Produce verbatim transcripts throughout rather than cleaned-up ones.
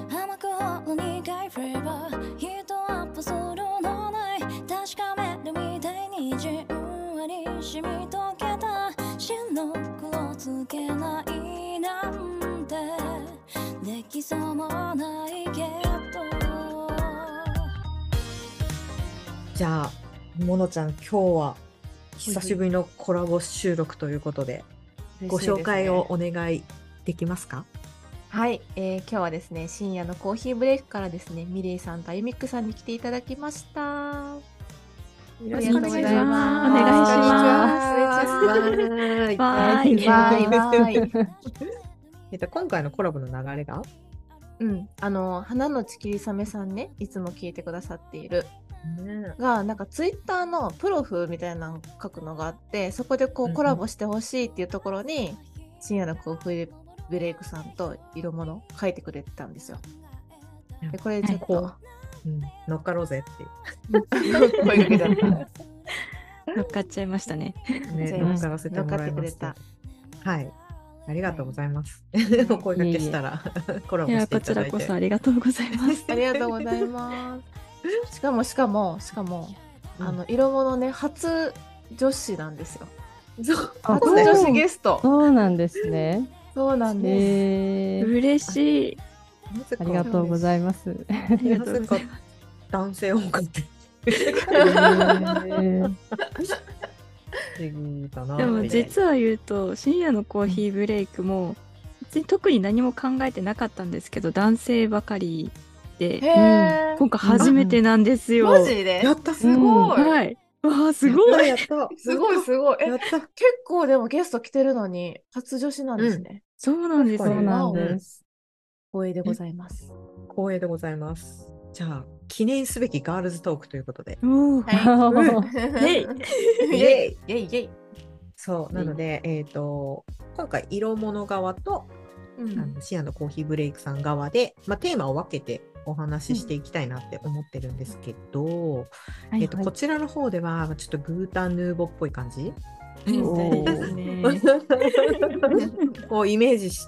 甘くほろ苦いフレーバーヒートアップするのない確かめるみたいにじんわり染み溶けた白黒つけないなんてできそうもないけど。 じゃあモノちゃん、今日は久しぶりのコラボ収録ということで、ご紹介をお願いできますか？ はい、えー、今日はですね、深夜のコーヒーブレイクからですね、ミレイさんとあゆみっくさんに来ていただきました。 よろしくお願いします。 お願いします。 バイバイバイ。 えっと今回のコラボの流れが、 うん、あの花のちきりさめさんね、いつも聞いてくださっている。 ね、 がなんかツイッターのプロフみたいなのを書くのがあって、そこでこうコラボしてほしいっていうところに、うんうん、深夜のコーヒーブレイクさんと色物書いてくれてたんですよ。でこれちょっと、はい、うん、乗っかろうぜっていう声かけちゃった乗っかっちゃいましたね。 ね、乗っからせてもらいました。はい、ありがとうございます。はい、お声かけしたらコラボしていただいて、 こちらこそありがとうございます。 ありがとうございます。しかもしかもしかも、うん、あの色物ね、初女子なんですよ。初女子ゲスト。 そうなんですね。 そうなんです。 えー、 嬉しい。 ありがとうございます。 ありがとうございます。 男性音楽って。 でも実は言うと、深夜のコーヒーブレイクも別に特に何も考えてなかったんですけど、男性ばかりで、うん、今回初めてなんですよ。 マジで？ やった、すごい。 うん、はい。わあ、すごい。 やった、 すごいすごい。え、 やった。 結構でもゲスト来てるのに初女子なんですね。 うん、そうなんです。 そうなんです。 光栄でございます。 光栄でございます。じゃあ記念すべきガールズトークということで。 はい。イェイイェイイェイ。 そうなので、えっと今回色物側と、うん、あの深夜のコーヒーブレイクさん側で、まあ、テーマを分けてお話ししていきたいなって思ってるんですけど、うんえーとはいはい、こちらの方ではちょっとグータンヌーボっぽい感じをイメージして、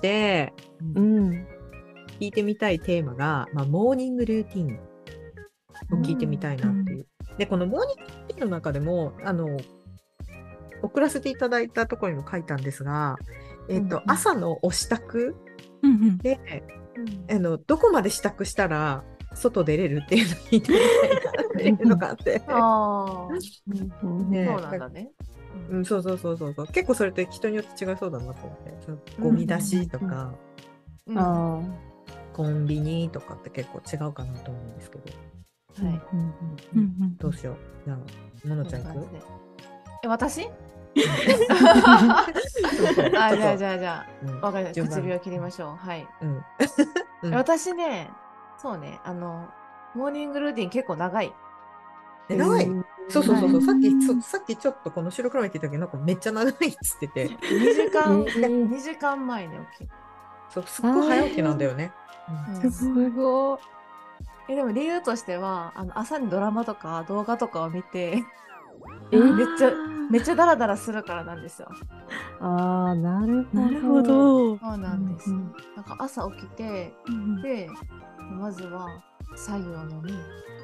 うん、聞いてみたいテーマが、まあ、モーニングルーティンを聞いてみたいなっていう、うん、でこのモーニングルーティンの中でもあの送らせていただいたところにも書いたんですが、えーとうん、朝のお支度で、うん、あのどこまで支度したら外出れるっていうのを聞いてみたいなっていうのがあってあ、ね、そうなんだね、 うん、そうそうそうそうそう結構それって人によって違いそうだなと思って、そのゴミ出しとか、うんうんうん、コンビニとかって結構違うかなと思うんですけど、はい、うんうん、どうしよう。じゃあののちゃん行く？ え、私？あ、じゃあじゃあじゃあ、うん、わかりました。唇を切りましょう。はい。うん、私ね、そうね、あのモーニングルーティン結構長い。 え、長い？そうそうそうそう、さっきそさっきちょっとこの収録前聞いた時なんかめっちゃ長いっつってて、 にじかんにじかんまえに起きる。 そう、すっごい早起きなんだよね。 うん、すごい。え、でも理由としては、あの朝にドラマとか動画とかを見て。えめっちゃめっちゃダラダラするからなんですよ。 ああ、なるほど。 なるほど。 そうなんです。うん、なんか朝起きて、うん、でまずは白湯を飲み、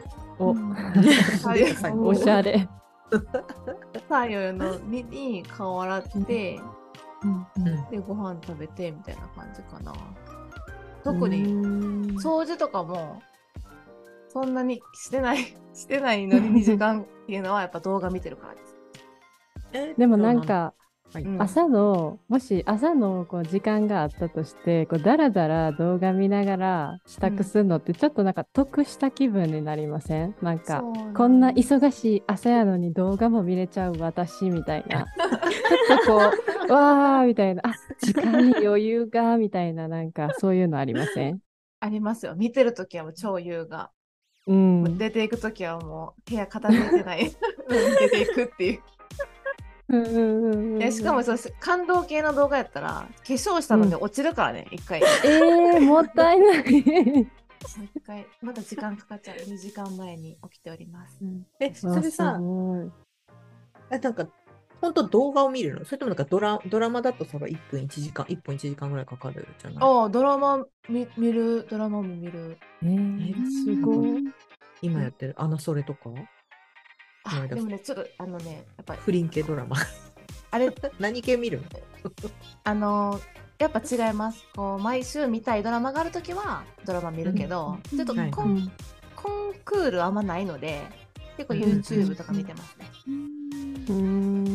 お、おしゃれ。 白湯飲みに顔洗って、うんうん、でご飯食べてみたいな感じかな。特に掃除とかもそんなにしてないしてないのににじかんっていうのはやっぱ動画見てるからです。 えでもなんか朝の、もし朝のこう時間があったとしてこうだらだら動画見ながら支度するのってちょっとなんか得した気分になりません？なんかこんな忙しい朝やのに動画も見れちゃう私みたいなちょっとこうわーみたいな、あ時間に余裕がみたいな、なんかそういうのありません？ ありますよ。見てるときはもう超優雅。うん、出ていくときはもう部屋片付いてない出ていくっていう。うんうんうんうん、でしかもそう感動系の動画やったら化粧したので落ちるからね、うん、一回。 えー、もったいない。 一回まだ時間かかっちゃう。にじかんまえに起きております。うん、 え、それさ、あなんか本当動画を見るの？それともなんかドラ、ドラマだとさ、いっぷんいちじかん、いっぷんいちじかんぐらいかかるじゃない？ ああ、ドラマ見見る、ドラマも見る。 えー、すごい。 今やってる、アナソレとか？ あ、でもね、ちょっと、あのね、やっぱり。 不倫系ドラマ。 あれ、 何系見るの？ あの、やっぱ違います。こう、毎週見たいドラマがあるときは、ドラマ見るけど、うん、ちょっとコン、はい、コンクールあんまないので、結構 YouTube とか見てますね。うん。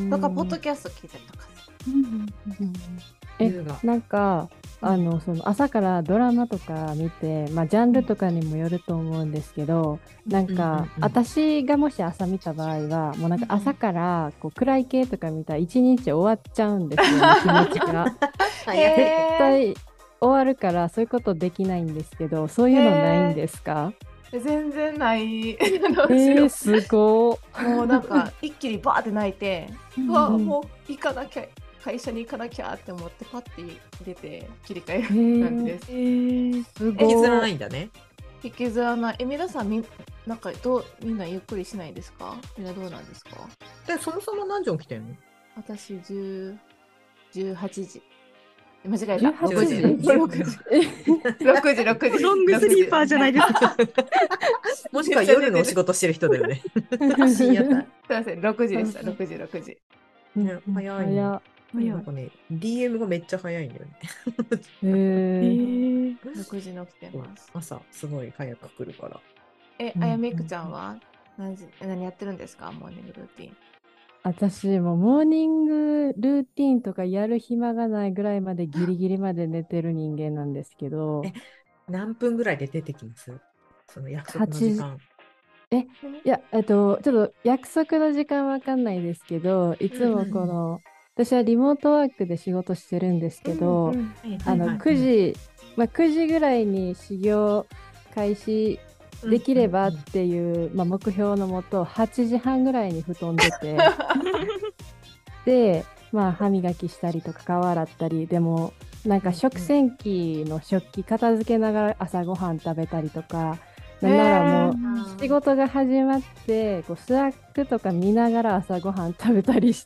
とか、ポッドキャスト聞いたりとか。 え、なんか、あの、その朝からドラマとか見て、まあ、ジャンルとかにもよると思うんですけど、なんか、私がもし朝見た場合は、もうなんか朝からこう暗い系とか見たら一日終わっちゃうんですよね、気持ちが。絶対終わるから、そういうことできないんですけど、そういうのないんですか？ 全然ない。 えー、すごい。もうなんか、一気にバーって泣いて、うわ、もう行かなきゃ。会社に行かなきゃって思ってパッて出て切り替える感じです。 えー、すごい。引きずらないんだね。 引きずらない。え、皆さんみなんかどうみんなゆっくりしないですか？みんなどうなんですか？ で、そもそも何時起きてんの？ 私じゅう、じゅうはちじ。間違えた。 じゅうはちじ。 ろくじ。ろくじ、ろくじ。 ロングスリーパーじゃないですか。 もしくは夜のお仕事してる人だよね。深夜帯。 すいません、ろくじでした。ろくじ、ろくじ。 ね、早いね。なんかね、ディーエム がめっちゃ早いんだよね。 へー。 ろくじに起きてます。 朝、すごい早く来るから。 え、あやみくちゃんは何時、何やってるんですか？モーニングルーティン。 私もモーニングルーティンとかやる暇がないぐらいまでギリギリまで寝てる人間なんですけど。 え、何分ぐらいで出てきます？その約束の時間。 え、いや、えっと、ちょっと約束の時間わかんないですけど、いつもこの、うん、私はリモートワークで仕事してるんですけど、あの、くじ、まあ、くじぐらいに始業開始できればっていう、まあ、目標のもと、はちじはんぐらいに布団出て、で、まあ、歯磨きしたりとか、顔洗ったり、でも、なんか食洗機の食器片付けながら朝ごはん食べたりとか、なんならもう仕事が始まってこうスラックとか見ながら朝ごはん食べたりして、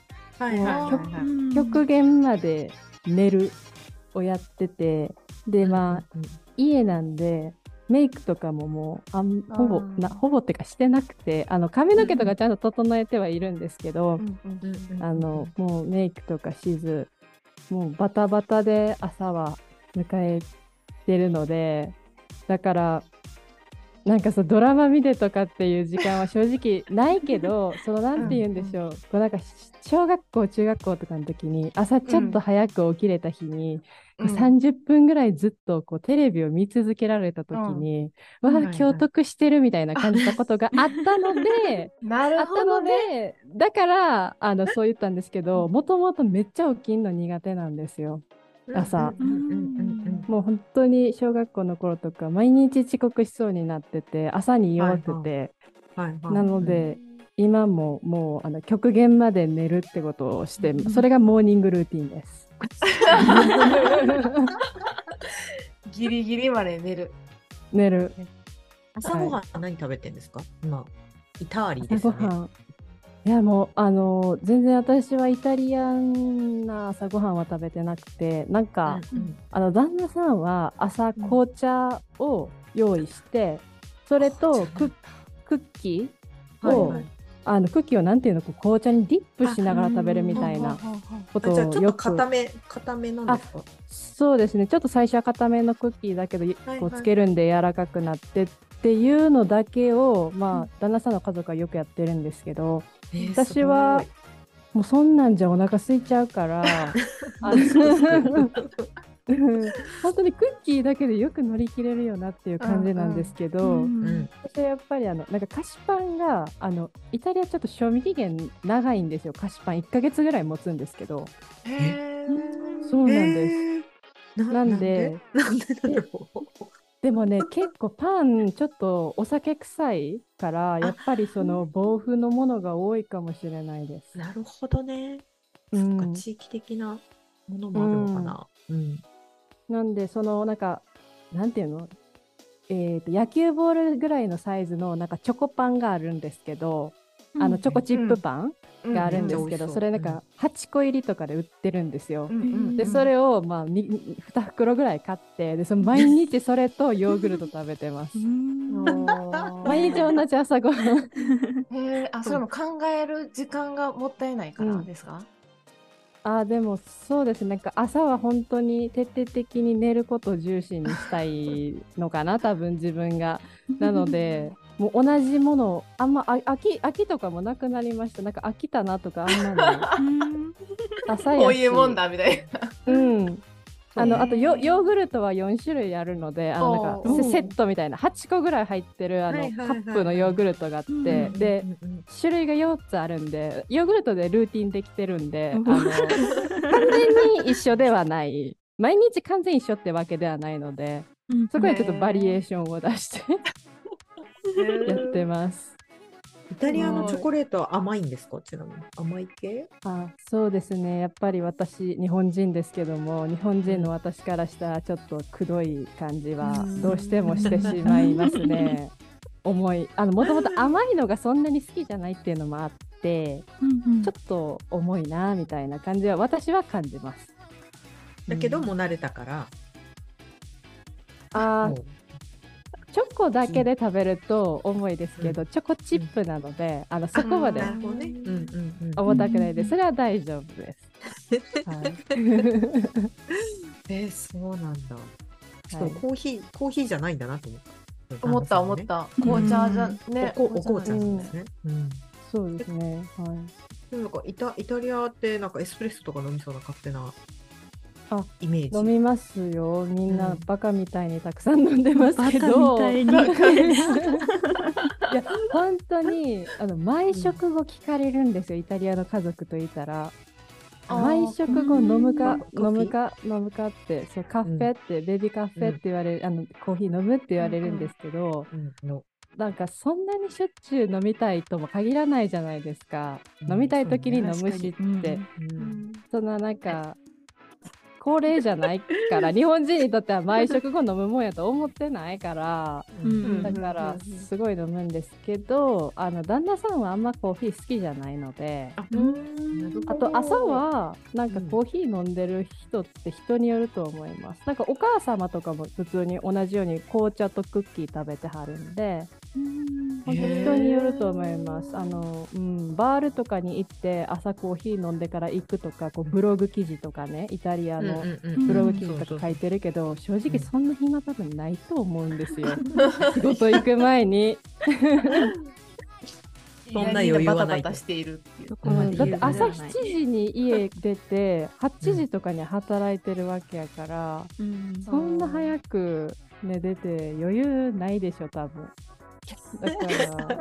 極限まで寝るをやってて、でまあ家なんでメイクとかももうあんほぼなほぼってかしてなくて、あの髪の毛とかちゃんと整えてはいるんですけど、あのもうメイクとかしず、もうバタバタで朝は迎えてるので、だからなんかそうドラマ見てとかっていう時間は正直ないけど、そのなんて言うんでしょう、こうなんか小学校中学校とかの時に朝ちょっと早く起きれた日に、うん、さんじゅっぷんぐらいずっとこうテレビを見続けられた時に、うん、わあ今日得してるみたいな感じたことがあったのでなるほどね。 あったのでだからあのそう言ったんですけど、もともとめっちゃ起きんの苦手なんですよ。朝、もう本当に小学校の頃とか毎日遅刻しそうになってて、朝に弱くて、はいはいはい、なので、うん、今ももうあの極限まで寝るってことをして、うん、それがモーニングルーティンです。 ギリギリまで寝る。 寝る。 朝ごはん何食べてんですか？今、イタリーですね。 朝ごはんいやもうあの全然私はイタリアンな朝ごはんは食べてなくて、なんか、うんうん、あの旦那さんは朝紅茶を用意して、うん、それとク、クッキーを、はいはい、あのクッキーをなんていうのこう紅茶にディップしながら食べるみたいなことをよく。 ちょっと固め固めなんですか？ そうですね、ちょっと最初は固めのクッキーだけど、はいはい、こうつけるんで柔らかくなってっていうのだけを、まあ、旦那さんの家族はよくやってるんですけど、えー、私はもうそんなんじゃお腹空いちゃうからあの本当にクッキーだけでよく乗り切れるよなっていう感じなんですけど、うんうん、私はやっぱりあのなんか菓子パンがあのイタリアちょっと賞味期限長いんですよ。菓子パンいっかげつぐらい持つんですけど。 へー、そうなんです。な, なんでなんでだろう。 でもね結構パンちょっとお酒臭いからやっぱりその防腐のものが多いかもしれないです。 なるほどね。うん、そっか地域的なものもあるのかな。うん。うん、 なんでそのなんかなんていうの、えーと野球ボールぐらいのサイズのなんかチョコパンがあるんですけど、うん、あのチョコチップパン、 があるんですけど、 うん、 それなんかはちこ入りとかで売ってるんですよ。 うんうん、 でそれをまあにに袋ぐらい買って、でその毎日それとヨーグルト食べてます。毎日同じ朝ごはん。 へえ、あ、それも考える時間がもったいないからですか？ うん、あ、でもそうですね。なんか朝は本当に徹底的に寝ることを重視にしたいのかな、多分自分が。なのでもう同じものをあんまあ飽き飽きとかもなくなりました。なんか飽きたなとかあんまない。朝やしこういうもんだみたいな。 うん。あのあとヨーグルトはよん種類あるので、あのなんかセットみたいなはちこぐらい入ってるあのカップのヨーグルトがあって、で種類がよっつあるんで、ヨーグルトでルーティンできてるんで、あの完全に一緒ではない、毎日完全一緒ってわけではないので、そこにちょっとバリエーションを出してやってます。 イタリアのチョコレートは甘いんですか？ちなみに甘い系？ あ、そうですね。やっぱり私日本人ですけども、日本人の私からしたらちょっとくどい感じはどうしてもしてしまいますね。重い、あのもともと甘いのがそんなに好きじゃないっていうのもあって、うんうん、ちょっと重いなみたいな感じは私は感じます。 だけどもう慣れたから、 あーチョコだけで食べると重いですけど、うん、チョコチップなので、あのそこまで重たくないで、それは大丈夫です。はい、 えー、そうなんだ。しかもコーヒー、はい、コーヒーじゃないんだなと思った。 思った思った。紅茶じゃね。 お紅茶なんですね。 うん、そうですね。はい。 でもなんかイタイタリアってなんかエスプレッソとか飲みそうな勝手な。 あ、 イメージ飲みますよ。みんなバカみたいにたくさん飲んでますけど、 バカみたいにいや本当にあの毎食後聞かれるんですよ、イタリアの家族といたら。毎食後飲むか飲むか飲むかって、そうカフェって、うん、ベビーカフェって言われる、うん、あのコーヒー飲むって言われるんですけど、うんうん、なんかそんなにしょっちゅう飲みたいとも限らないじゃないですか、うん、飲みたい時に飲むしって、うん、そんななんか高齢じゃないから日本人にとっては毎食後飲むもんやと思ってないから、うん、だからすごい飲むんですけど、あの旦那さんはあんまコーヒー好きじゃないので、あ, あと朝はなんかコーヒー飲んでる人って人によると思います。なんかお母様とかも普通に同じように紅茶とクッキー食べてはるんで、本当人によると思います。あの、うん、バールとかに行って朝コーヒー飲んでから行くとか、こうブログ記事とかね、イタリアのブログ記事とか書いてるけど、正直そんな暇多分ないと思うんですよ。仕事行く前に。 そんな余裕はないと。バタバタしているっていう。 うん、だって朝しちじに家出てはちじとかに働いてるわけやから、うん、そんな早くね出て余裕ないでしょ多分。だから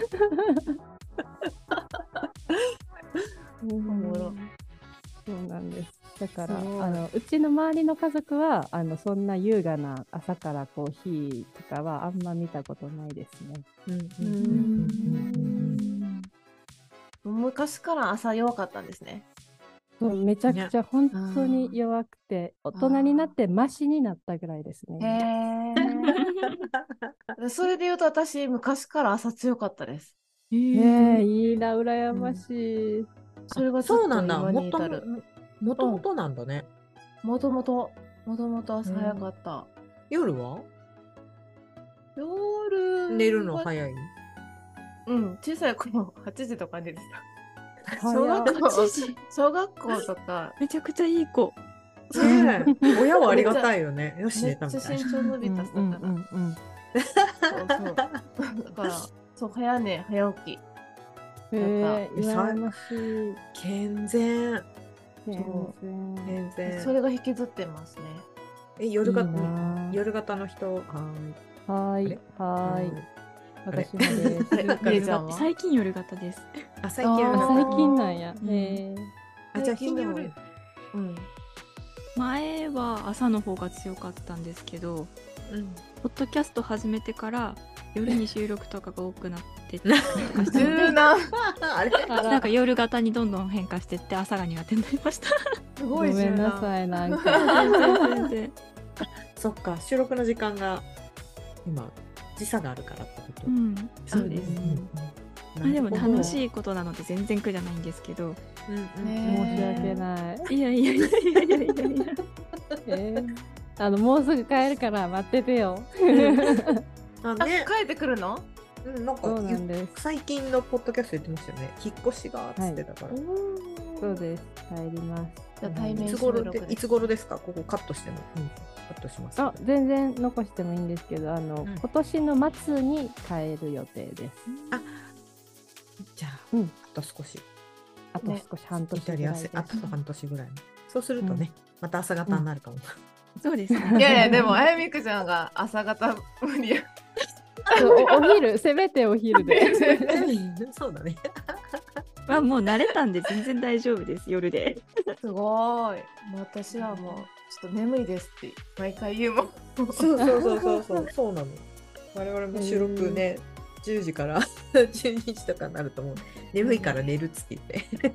うん、そうなんです。だからあのうちの周りの家族はあのそんな優雅な朝からコーヒーとかはあんま見たことないですね。 昔から朝弱かったんですね。 そうめちゃくちゃ本当に弱くて、大人になってマシになったぐらいですね。 へそれで言うと私昔から朝強かったです。 えー、いいな、羨ましい。うん、 それがずっと今に至る。 もともとなんだね。 もともともともと朝早かった。うん、 夜は夜寝るの早い？ うん、小さい頃はちじとか寝てた。小学校小学校とかめちゃくちゃいい子。 ねえ、親はありがたいよね。よし寝たみたいな。 めっちゃ身長伸びた人だから。そうそう。だからそう早寝早起き。 へえ、羨ましい。 健全。 健全。 それが引きずってますね。 え、夜型夜型の人。はいはいはい。私もです。 最近夜型です。 あ、最近最近なんや。へえ。 あ、じゃあ日による。 うん。前は朝の方が強かったんですけど、うん、ポッドキャスト始めてから夜に収録とかが多くなってって柔軟なんか夜型にどんどん変化してって朝が苦手になりました。 すごいごめんなさいなんか全然そっか、収録の時間が今時差があるからってこと。 うん、そうです、ね。 へまあでも楽しいことなので全然苦じゃないんですけど、 うんうん、申し訳ない。 いやいやいやいやいやいやいや。 えー、あのもうすぐ帰るから待っててよ。 あ、ね、帰ってくるの？ うん、なんかそうなんです。最近のポッドキャスト言ってましたよね。引っ越しがつってたから。はい、 そうです。帰ります。 じゃあ対面収録でいつ頃ですか？ここカットしても、うん、カットします。 あ、全然残してもいいんですけど、あの、うん、今年の末に帰る予定です。 あ、じゃあ、うん、あと少し。 あと少し、半年ぐらいです。 あと半年ぐらい。そうするとね、うん、また朝方になるかも。 うん、そうですね。 いやいや、でもあやみくちゃんが朝方無理や。 お, お昼、せめてお昼で。 そうだね。 まあもう慣れたんで全然大丈夫です、夜で。 すごい。私はもうちょっと眠いですって毎回言うもん。 そうそうそうそうそうそうなの。我々も収録ね、じゅうじからじゅうにじとかになるともう眠いから寝るっつって言って。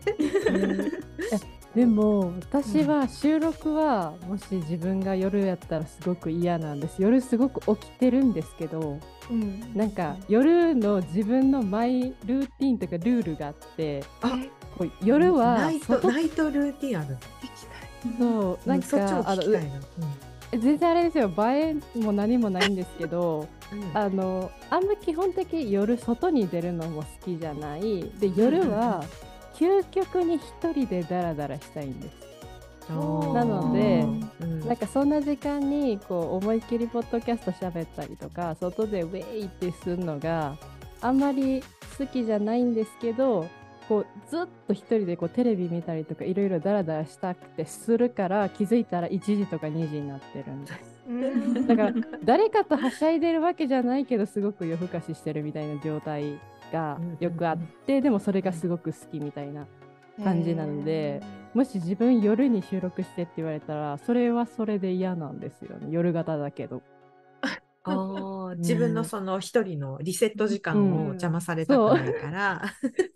でも私は収録はもし自分が夜やったらすごく嫌なんです。夜すごく起きてるんですけど、うん、なんか夜の自分のマイルーティンとかルールがあって、あ、こう夜はナイト、ナイトルーティンある。 そうなんか、うん、あの、うん、全然あれですよ、映えも何もないんですけど、うん、あのあんま基本的に夜外に出るのも好きじゃない。で夜は究極に一人でダラダラしたいんです。なので、うん、なんかそんな時間にこう思いっきりポッドキャスト喋ったりとか外でウェイってするのがあんまり好きじゃないんですけど、こうずっと一人でこうテレビ見たりとかいろいろダラダラしたくてするから気づいたらいちじとかにじになってるんです。だから誰かとはしゃいでるわけじゃないけどすごく夜更かししてるみたいな状態がよくあって、でもそれがすごく好きみたいな感じなので、もし自分夜に収録してって言われたらそれはそれで嫌なんですよね。夜型だけど。 あ、自分のその一人のリセット時間を邪魔されたくないから、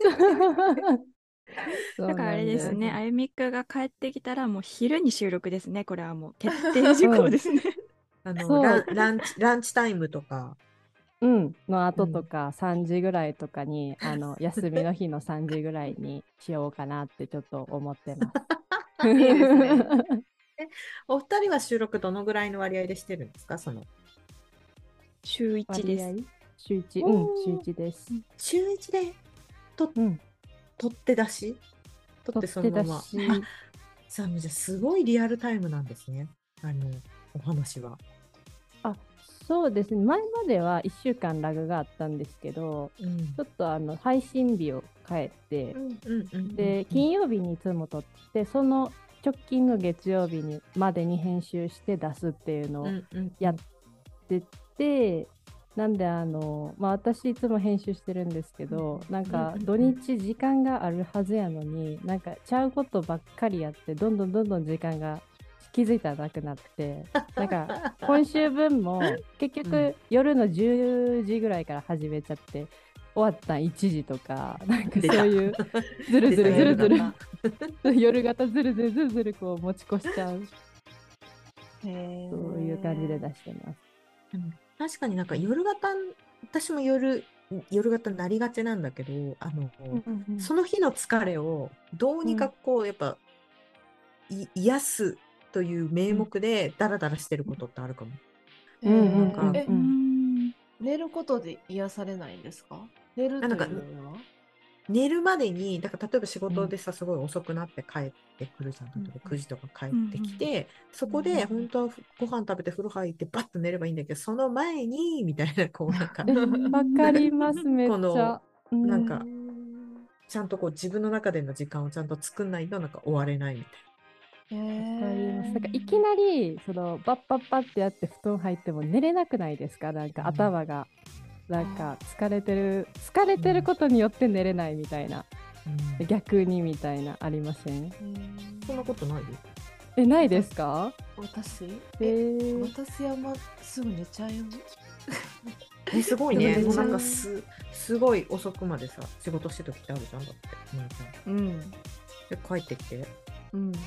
うん、だからあれですね、あゆみくが帰ってきたらもう昼に収録ですね。これはもう決定事項ですね。 あのラン、ランチ、ランチタイムとかうん、の後とかさんじぐらいとかに、うん、あの休みの日のさんじぐらいにしようかなってちょっと思ってます。いいですね。 お二人は収録どのぐらいの割合でしてるんですか？その週いちです。 週いち、うん、週いちです。 週いちでと、うん、取って出し取ってそのまま。あ、さあ、じゃあすごいリアルタイムなんですね。あのお話は。 あ、そうですね。前まではいっしゅうかんラグがあったんですけど、うん、ちょっとあの配信日を変えて、で金曜日にいつも撮ってその直近の月曜日にまでに編集して出すっていうのをやってて、なんであの、まあ、私いつも編集してるんですけど、なんか土日時間があるはずやのに、なんかちゃうことばっかりやってどんどんどんどん時間が気づいたらなくなって、なんか今週分も結局夜のじゅうじぐらいから始めちゃって終わったんいちじとか、なんかそういうずるずるずるずる夜型ずるずるずるずるこう持ち越しちゃう、へー、そういう感じで出してます。 うん、確かになんか夜型、私も夜夜型になりがちなんだけど、あの、うんうん、その日の疲れをどうにかこう、うん、やっぱい癒すという名目でダラダラしてることってあるかも。 うん、なんか、え、うん、寝ることで癒されないんですか？寝るというのは寝るまでに、だから例えば仕事でさ、すごい遅くなって帰ってくるじゃん。例えばくじとか帰ってきて、うんうん、そこで本当はご飯食べて風呂入ってバッと寝ればいいんだけど、その前にみたいな、こうなんかわかりますめっちゃ。このなんかちゃんとこう自分の中での時間をちゃんと作んないとなんか終われないみたいな。 わかります。なんかいきなりそのバッバッバッってやって布団入っても寝れなくないですか？なんか頭が。なんか疲れてる疲れてることによって寝れないみたいな、うん、逆にみたいなありません？うん、 そんなことないよ。 え、ないですか？ 私えー、私はまあすぐ寝ちゃうよ。 え、すごいね。もうなんかすすごい遅くまでさ仕事してる時ってあるじゃんだって。うん。で帰ってきて、うん。帰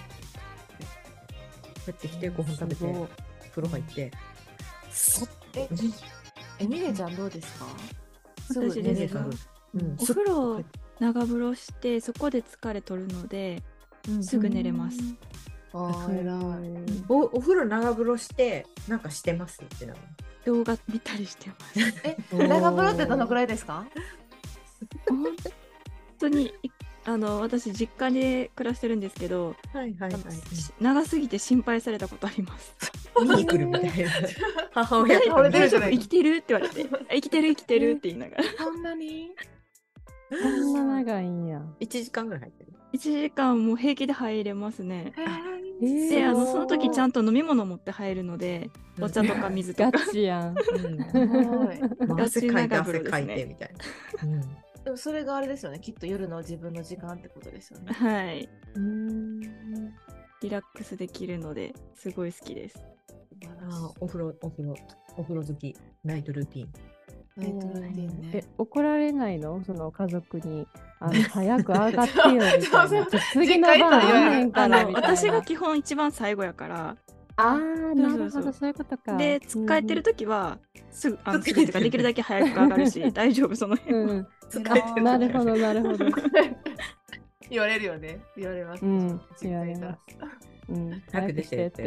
ってきてご飯食べて風呂入って、そっええ、みねちゃんどうですか？ すぐ寝れる？ うん、お風呂長風呂してそこで疲れ取るので、うん、すぐ寝れます。 あー偉い。 お、お風呂長風呂してなんかしてますってなの？ 動画見たりしてます。 え、長風呂ってどのくらいですか？ 本当にあの私実家で暮らしてるんですけど、 はいはいはい、 長すぎて心配されたことあります。 見に来るみたいな。母親と俺大丈夫生きてるって言われて、生きてる生きてるって言いながら。 そんなに？ そんな長いんや。 いちじかんぐらい入ってる。 いちじかんも平気で入れますね。 えー、 で、あのその時ちゃんと飲み物持って入るので、お茶とか水とか。 ガチやん。 ガチ長風呂ですね。みたいな。うんでもそれがあれですよね、きっと夜の自分の時間ってことですよね。 はい。うーんリラックスできるのですごい好きです。 あお風呂、お風呂、お風呂好き、ナイトルーティン。 ナイトルーティンね。 え、怒られないの？その家族に。あの早く上がってよみたいな。次の番あへんからみたいな。 私が基本一番最後やから。 あー、なるほど、そういうことか。 で、つっかえてるときは、すぐ、あの、すぐってかできるだけ早く上がるし、大丈夫、その辺は。 うんなるほど、なるほど。 言われるよね。言われます。 うん、言われます。うん、 早く出てって。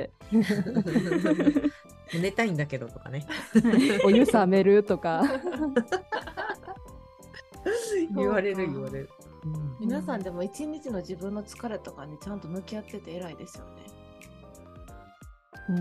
寝たいんだけどとかね。 お湯冷めるとか。 言われる言われる。 皆さんでも一日の自分の疲れとかにちゃんと向き合ってて偉いですよね。 うん。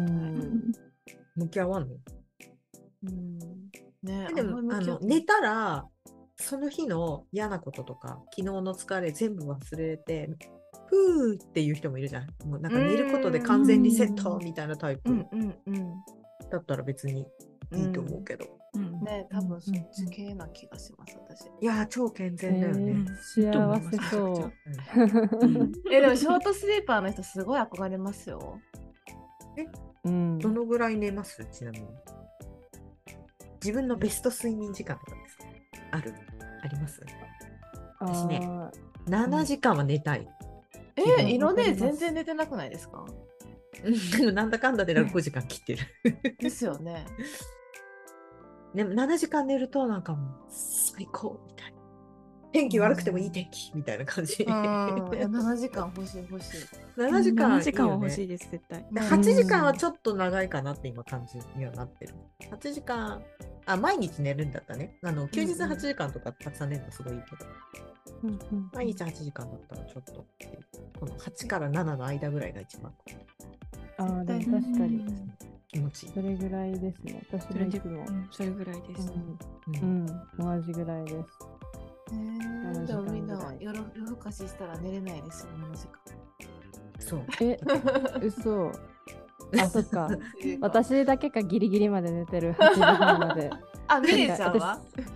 向き合わんの？ うん。ね、 でもあの寝たらその日の嫌なこととか昨日の疲れ全部忘れてふーっていう人もいるじゃん。もうなんか寝ることで完全リセットみたいなタイプだったら別にいいと思うけど、 うんうん、ね、多分そっち系な気がします私。 いや超健全だよね、 えー、幸せそう。 えでもショートスリーパーの人すごい憧れますよ。 え、うん、どのぐらい寝ます？ちなみに自分のベスト睡眠時間とかですか？ある？あります？私ね、ななじかんは寝たい。 えー、色ね全然寝てなくないですか？ なんだかんだでろくじかん切ってる。ですよね。 でもななじかん寝るとなんかもう最高みたいな。天気悪くてもいい天気みたいな感じ。 いやななじかん欲しい欲しい。 ななじかん、ね、 ななじかんは欲しいです絶対。 はちじかんはちょっと長いかなって今感じにはなってる。はちじかん、あ毎日寝るんだったね。あの休日はちじかんとかたくさん寝るのすごいいいけど。うんうん、毎日はちじかんだったらちょっとこのはちからななの間ぐらいが一番。 ああでも確かに気持ちいい。 それぐらいですね。私もいつもそれぐらいです。 うん、うん、同じぐらいです。 えー、でもみんな夜夜更かししたら寝れないですよ、ななじかん。 そう。 え、嘘。あ、そっか。私だけかギリギリまで寝てる、はちじはんまで。 あ、ミレちゃんは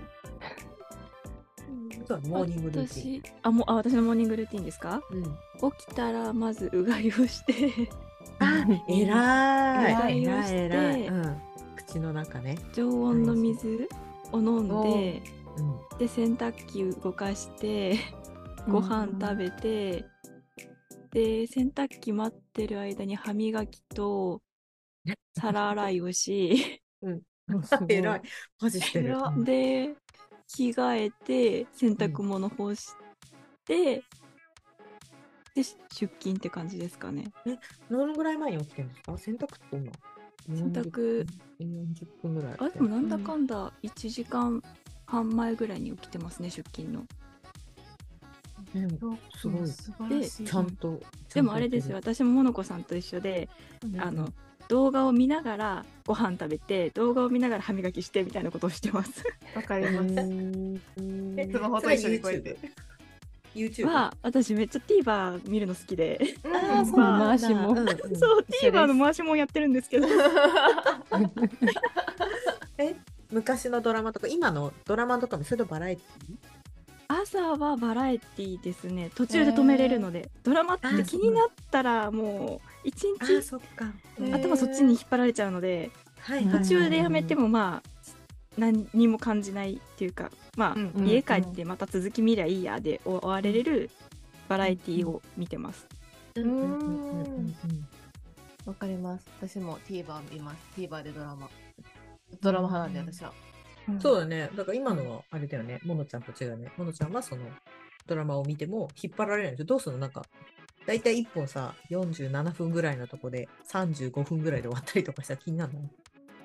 モーニングルーティン。 あ、もう、あ、私のモーニングルーティンですか？うん、起きたらまずうがいをしてあ、えらい。 うがいをして、 うん、口の中ね。 常温の水を飲んで、うん、で洗濯機動かしてご飯食べて、うん、で洗濯機待ってる間に歯磨きと皿洗いをし、 うん、えらい。マジしてる。 で着替えて洗濯物干して、うん、で出勤って感じですかね。 え、どのぐらい前に起きてるんですか？洗濯って今洗濯よんじゅっぷんぐらい。 あ、でもなんだかんだいちじかんはん前ぐらいに起きてますね、出勤の。 でもすごい。で、ちゃんと。 でもあれですよ、私もモノコさんと一緒で、うん、あの動画を見ながらご飯食べて、動画を見ながら歯磨きしてみたいなことをしてます。 わかります。え、スマホと一緒にこうやって。 YouTube は私めっちゃ TVer 見るの好きで、 ああそう回しも、 うん、そう TVer の回しもやってるんですけどえ昔のドラマとか今のドラマとかもそれとバラエティー？ 朝はバラエティーですね。途中で止めれるので、ドラマって気になったらもう一日頭そっちに引っ張られちゃうので、途中でやめてもまあ何にも感じないっていうか、まあ、うんうんうん、家帰ってまた続き見りゃいいやで終われるバラエティーを見てます。 わかります。私も TVer 見ます。TVer でドラマドラマ派なんで私は。 うん、そうだね。だから今のはあれだよね。モノちゃんと違うね。モノちゃんはそのドラマを見ても引っ張られないんですよ。どうするの？なんか、だいたいいっぽんさ、よんじゅうななふんぐらいのとこでさんじゅうごふんぐらいで終わったりとかしたら気になるの？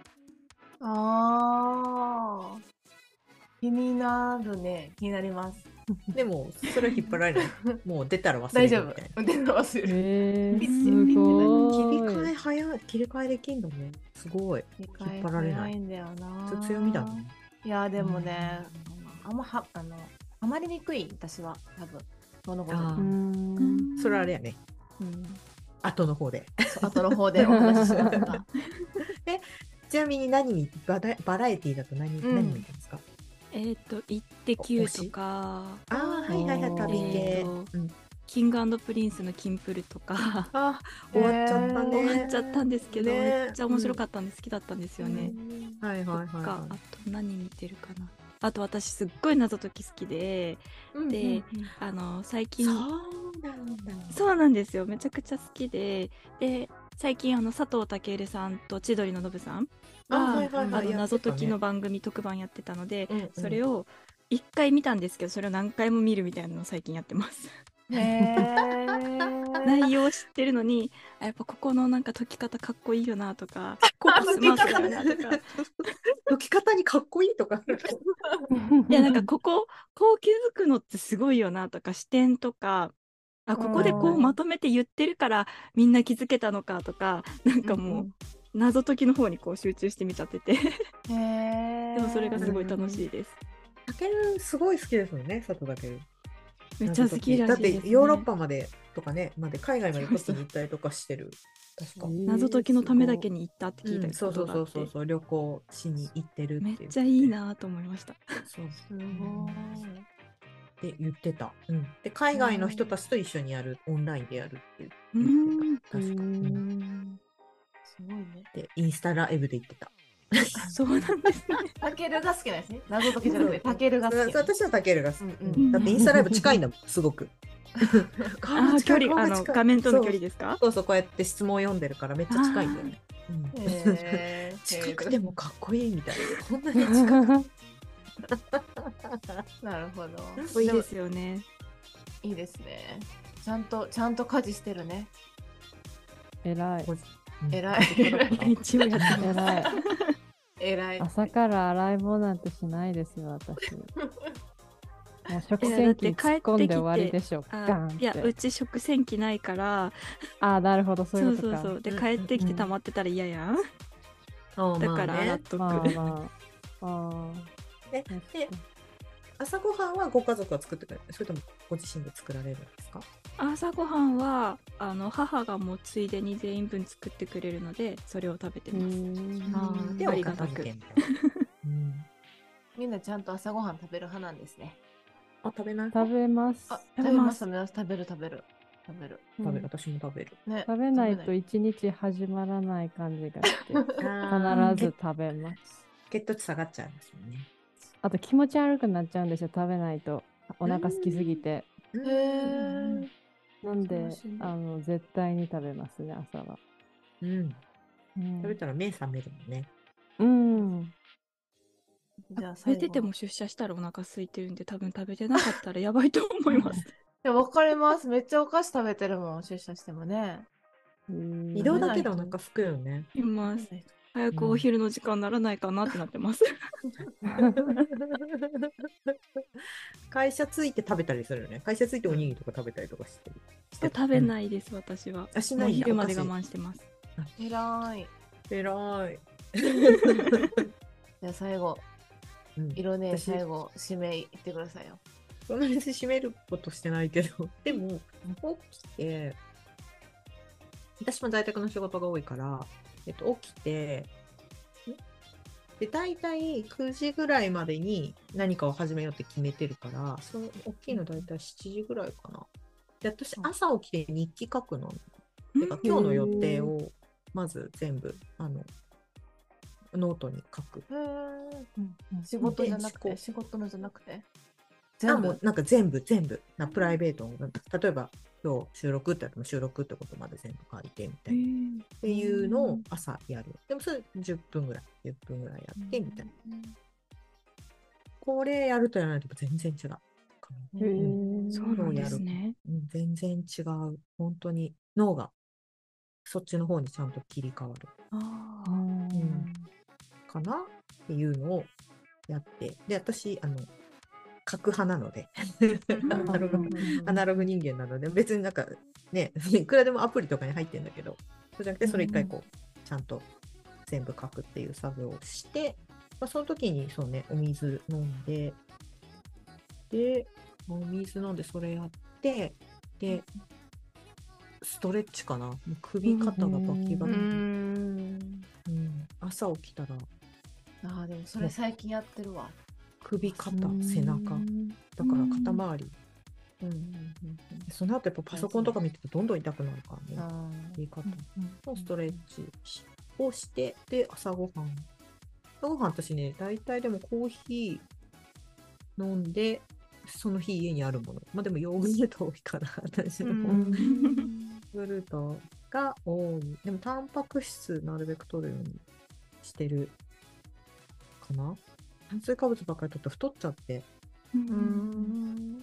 あー。気になるね。気になります。 でも、それは引っ張られない。もう出たら忘れるみたいな。 大丈夫。出たら忘れる。 えー、 ピッすピッピッごい。 切り替え早い。切り替えできんだね。すごい。引っ張られない。 んだよな。 強みだね。 いや、でもね、うん、あんまは、あの、ハマりにくい、私は、多分。物事に。それはあれやね。うん。後の方で。 後の方でお話ししますが。 え、ちなみに何見、バラバラエティだと何、うん、何見てますか？ えっと、イッテ Q とか、 ああ、はいはいはい、旅系。 キング&プリンスのキンプルとか、 あ、終わっちゃったね。 終わっちゃったんですけど、めっちゃ面白かったんで好きだったんですよね。 はいはいはい。 あと何見てるかな。あと私すっごい謎解き好きで、で、あの最近そうなんですよ。めちゃくちゃ好きで、で最近あの佐藤健さんと千鳥のノブさんが謎解きの番組特番やってたので、それを一回見たんですけど、それを何回も見るみたいなのを最近やってます。へ内容を知ってるのに、やっぱここのなんか解き方かっこいいよなとか、ここスマートだよなとか、 解き方にかっこいいとかいやなんかこここう気づくのってすごいよなとか、視点とか、あここでこうまとめて言ってるからみんな気づけたのかとか、なんかもう謎解きの方にこう集中して見ちゃっててでもそれがすごい楽しいです。 たけるすごい好きですよね、佐藤健。 めっちゃ好きらしいですね。 だってヨーロッパまでとかね、まで海外までこっちに行ったりとかしてる。確か謎解きのためだけに行ったって聞いたり、 そうそうそうそうそう、旅行しに行ってるってめっちゃいいなと思いました。 そうすごいって言ってた。うん、で海外の人たちと一緒にやる、オンラインでやるって言ってた。確かに。 すごいね。 でインスタライブで言ってた。 そうなんですね。 タケルが好きなんですね。謎解きじゃなくてタケルが好き。 私はタケルが好き。だってインスタライブ近いんだもん、すごく。 あ距離、あの画面との距離ですか？ そうそう、こうやって質問を読んでるからめっちゃ近いんだよね。近くてもかっこいいみたいな。こんなに近く。 なるほど。いいですよね。 いいですね。ちゃんとちゃんと家事してるね。 えらい。 えらい。 一応やってえらい。 えらい。 朝から洗い物なんてしないですよ、私。もう食洗機突っ込んで終わりでしょ。 いや、うち食洗機ないから。 ああ、なるほど、そういうことか。 そうそうそう。で、帰ってきて溜まってたら嫌やん。だから洗っとく。まあまあ。ああ。で、朝ごはんはご家族が作ってくれる？それともご自身で作られるんですか？ 朝ごはんはあの母がもうついでに全員分作ってくれるので、それを食べてます。 あで、ありがたく。 みんなちゃんと朝ごはん食べる派なんですね。 あ、食べない？ 食べます。 食べます。食べる食べる食べる食べる。私も食べる。 食べないと一日始まらない感じがして必ず食べます。 血糖値下がっちゃいますもんね。 あと気持ち悪くなっちゃうんですよ、食べないと。お腹空きすぎて。 へー。 なんで、あの、絶対に食べますね、朝は。 うん。食べたら目覚めるもんね。 うん。 じゃあ、食べてても出社したらお腹空いてるんで、多分食べてなかったらやばいと思います。いや、わかります。めっちゃお菓子食べてるもん、出社してもね。 移動だけでお腹すくよね。 います。早くお昼の時間にならないかなってなってます。 会社着いて食べたりするよね。会社着いておにぎりとか食べたりとかしてる。 食べないです、私は。 あ、しないんだ。 お昼まで我慢してます。 えらい。 えらい。 じゃあ最後、色ね、最後、締めいってくださいよ。 そんなに締めることしてないけど、でも、起きて、私も在宅の仕事が多いから、えっと、起きて、で、大体くじぐらいまでに何かを始めようって決めてるから、その大きいの大体しちじぐらいかな。で、私、朝起きて日記書くの。てか、今日の予定をまず全部、あの、ノートに書く。 仕事じゃなくて、仕事のじゃなくて全部なんか全部、全部。なプライベートの、例えば、今日収録ってやっても収録ってことまで全部書いてみたいな。っていうのを朝やる。でもそれじゅっぷんぐらい、じゅっぷんぐらいやってみたいな。 これやるとやらないと全然違う。 へー、そうなんですね。 うん、全然違う。本当に脳がそっちの方にちゃんと切り替わる。 あうん、かなっていうのをやって、で、私、あの、書く派なのでアナログ、アナログ人間なので、別になんかね、いくらでもアプリとかに入ってるんだけど、そうじゃなくて、それ一回こう、ちゃんと全部書くっていう作業をして、まあ、その時にそうね、お水飲んで、で、お水飲んでそれやって、で、ストレッチかな。もう首肩がバキバキ。うんうん、朝起きたら。 ああ、でもそれ最近やってるわ。 首、肩、背中。だから肩周り。うんうんうん、その後やっぱパソコンとか見ててどんどん痛くなるからね。首肩のストレッチをして、で、朝ごはん。朝ごはん私ね、大体でもコーヒー飲んで、その日家にあるもの。まあでもヨーグルト多いかな、私の方。ヨーグルトが多い。でもタンパク質なるべく取るようにしてるかな。炭水化物ばっかり取って太っちゃって。うん。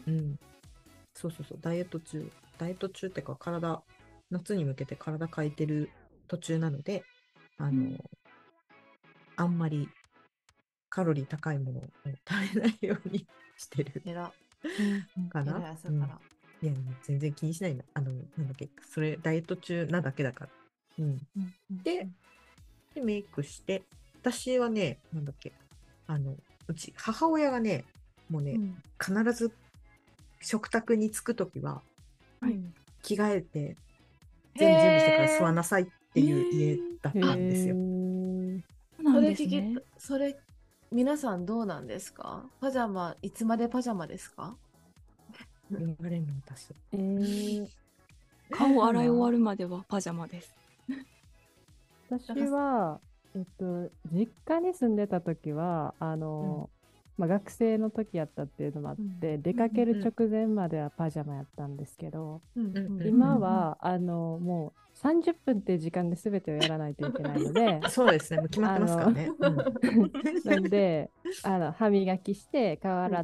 うん。そうそうそう。ダイエット中。ダイエット中ってか体、夏に向けて体変えてる途中なので、あの、うん、あんまりカロリー高いものを食べないようにしてる。 えら。 かな。 えら朝から。 うん、いや、全然気にしないんだ。あの、なんだっけ、それダイエット中なだけだから。うん。うん、で、で、メイクして、私はね、なんだっけ、あの、うち、母親がね、もうね、うん、必ず食卓に着くときは、はい、着替えて、全部準備してから座んなさいっていう家だったんですよ。 それ聞き、それ、皆さんどうなんですか？パジャマ、いつまでパジャマですか？ 言われるの私。 えー、顔洗い終わるまではパジャマです。 私は、えっと、実家に住んでた時は、あの、うん、まあ、学生の時やったっていうのもあって、うん、出かける直前まではパジャマやったんですけど、うん、今は、あの、もうさんじゅっぷんっていう時間で全てをやらないといけないので、 そうですね、もう決まってますからね。 なんで、あの歯磨きして、顔洗って、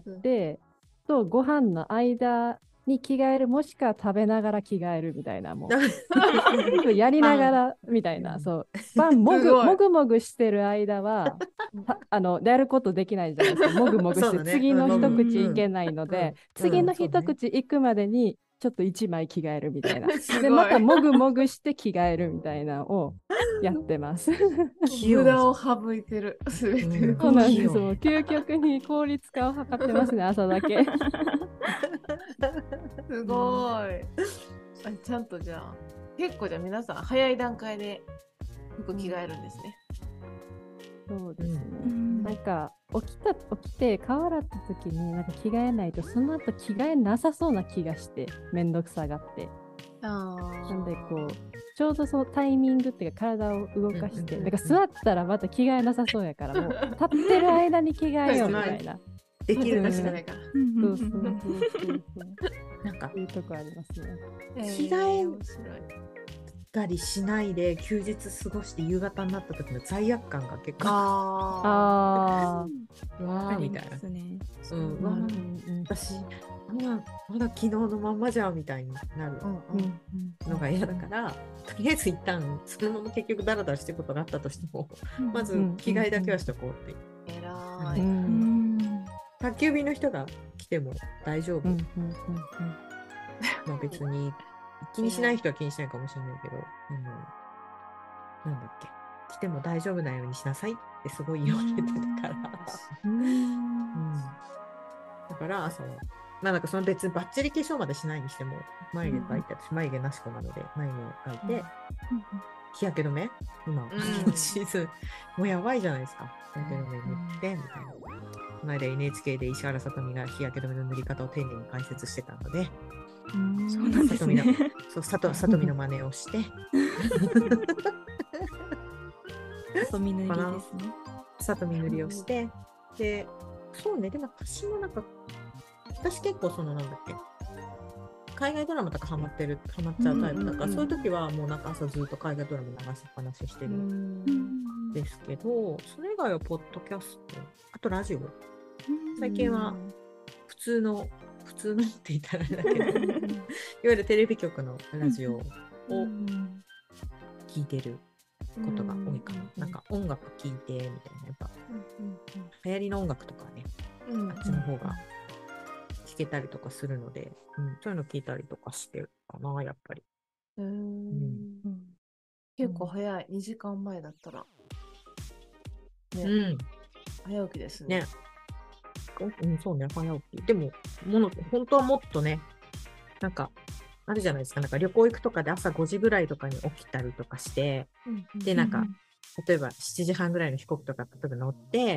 とご飯の間に着替える、もしくは食べながら着替えるみたいな、もうやりながらみたいな、そうパンもぐもぐもぐしてる間はあのやることできないじゃないですか。もぐもぐして、ね、次の一口いけないので、うんうん、次の一口いくまでにちょっと一枚着替えるみたいな、でまたもぐもぐして着替えるみたいなのをやってます無駄を省いてる、すべて、 うん、そうなんです。もう究極に効率化を図ってますね、朝だけすごい、あ、ちゃんとじゃあ結構じゃあ皆さん早い段階で服着替えるんですね。 そうですね、うん、なんか起きた起きて顔洗った時になんか着替えないとその後着替えなさそうな気がしてめんどくさがって、あなんでこうちょうどそのタイミングっていうか体を動かして、なんか座ったらまた着替えなさそうやからもう立ってる間に着替えようみたいなできるかしらないから。 そうそうそうそうなんかいうとこありますね。 着替えたりしないで休日過ごして夕方になった時の罪悪感が結構ああわーみたいな。うん、わー私まだ昨日のまんまじゃんみたいになるのが嫌だから、とりあえず一旦そのまま結局ダラダラしてることがあったとしても、まず着替えだけはしとこうって。 えらい。 宅急便の人が来ても大丈夫。まあ別に気にしない人は気にしないかもしれないけど、あのなんだっけ、来ても大丈夫なようにしなさいってすごい言われてたから、うん、だから朝はまあなんかその別にバッチリ化粧までしないにしても眉毛描いて、私眉毛なし子なので眉毛を描いて、日焼け止め今、うん、シーズンもうやばいじゃないですか。日焼け止め塗ってみたいな。この間 エヌエイチケー で石原さとみが日焼け止めの塗り方を丁寧に解説してたので、 うん、そうなんですね。 そう、さとさとみの真似をしてさとみ塗りですね。 さとみ塗りをして、で、そうね、でも私もなんか私結構そのなんだっけ、海外ドラマとかハマってるハマっちゃうタイプだから、うんうんうん、そういう時はもうなんか朝ずっと海外ドラマ流しっぱなししてるんですけど、それ以外はポッドキャスト、あとラジオ最近は普通の普通のって言ったらあれだけどいわゆるテレビ局のラジオを聞いてることが多いかな。なんか音楽聴いてみたいな、やっぱ流行りの音楽とかね、あっちの方が聴けたりとかするので、うん、そういうの聞いたりとかしてるかな、やっぱり。 うーん、うん、結構早い、にじかんまえだったら、ね、うん、早起きですね。 ね、うん、そうね、早起き。でも、もの本当はもっとね、なんか、あるじゃないですか、なんか旅行行くとかで朝ごじぐらいとかに起きたりとかして、うんうん、で、なんか、例えばしちじはんぐらいの飛行機とか例えば乗って、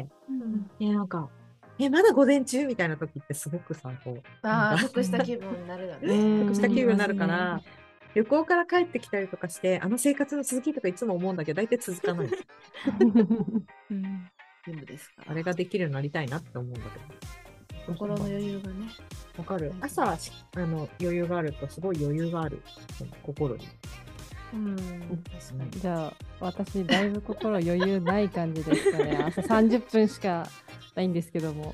うんうん、で、なんか、え、まだ午前中みたいな時ってすごくさ、こう、 ああ、得した気分になるよね。 得した気分になるから、旅行から帰ってきたりとかして、あの生活の続きとかいつも思うんだけど、大体続かない。うん、ですかあれができるようになりたいなって思うんだけど。心の余裕がね。 わかる。朝はあの余裕があるとすごい余裕がある。心に。 うん。じゃあ私だいぶ心余裕ない感じですかね。朝さんじゅっぷんしかないんですけども。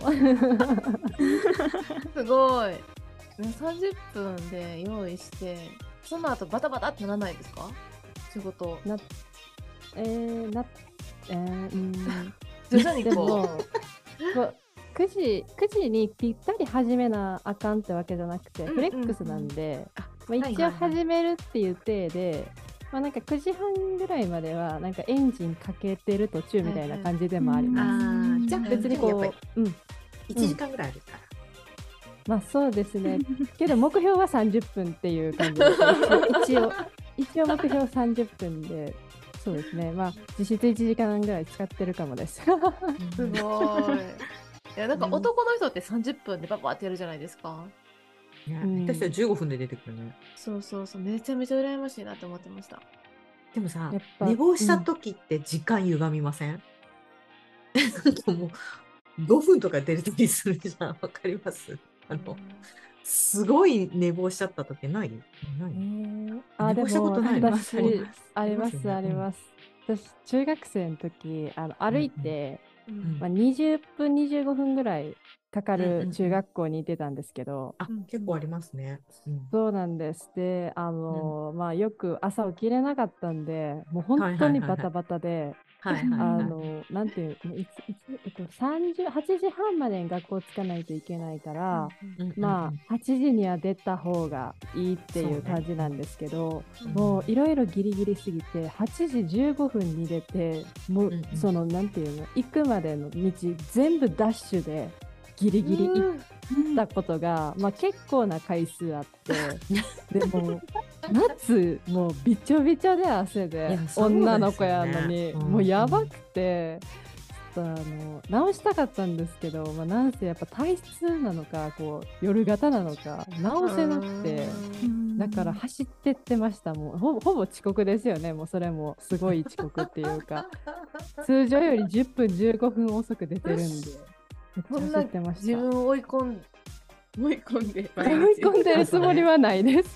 すごい。さんじゅっぷんで用意して、その後バタバタってならないですか？仕事。 な、えー、な、えー、うん。 徐々にこう。 くじ、くじにぴったり始めなあかんってわけじゃなくて、フレックスなんで、まあ、一応始めるっていう体で、まあ、なんかくじはんぐらいまではなんかエンジンかけてる途中みたいな感じでもあります。 ああ、じゃあ別にこう、うん、いちじかんぐらいあるから。 まあそうですね。けど目標はさんじゅっぷんっていう感じで、一応、一応目標さんじゅっぷんで、そうですね。まあ実質いちじかんぐらい使ってるかもです。 すごい。いやなんか男の人ってさんじゅっぷんでパパってやるじゃないですか。 いや、うん、私はじゅうごふんで出てくるね。 そうそうそう、めちゃめちゃ羨ましいなって思ってました。 でもさ、寝坊した時って時間歪みません？うん、もうごふんとか出る時するじゃん。わかります？あの、うん、すごい寝坊しちゃった時ない？ない？えー、あ、寝坊したことない？私ありますあります。私中学生の時あの歩いて、うんうんまあ、にじゅっぷんにじゅうごふんぐらいかかる中学校に行ってたんですけど、 うんうん、あ、結構ありますね、 うん、そうなんです。で、あのーうん、まあよく朝起きれなかったんで、もう本当にバタバタで、あのなんていういついつ、えっと、さんじゅうはちじはんまでに学校着かないといけないから、うんうん、まあはちじには出た方がいいっていう感じなんですけど、う、ね、もういろいろギリギリすぎてはちじじゅうごふんに出て、もう、うんうん、そのなんていうの行くまでの道全部ダッシュでギリギリ行ったことが、まあ、結構な回数あってでも夏もうびちょびちょで汗で女の子やのに、うん、もうやばくて、ちょっとあの直したかったんですけど、まあ、なんせやっぱ体質なのかこう夜型なのか直せなくて、だから走ってってました。もうほぼ、ほぼ遅刻ですよね。もうそれもすごい遅刻っていうか通常よりじゅっぷんじゅうごふん遅く出てるんで。 そんな自分を追い込ん追い込んで追い込んでるつもりはないです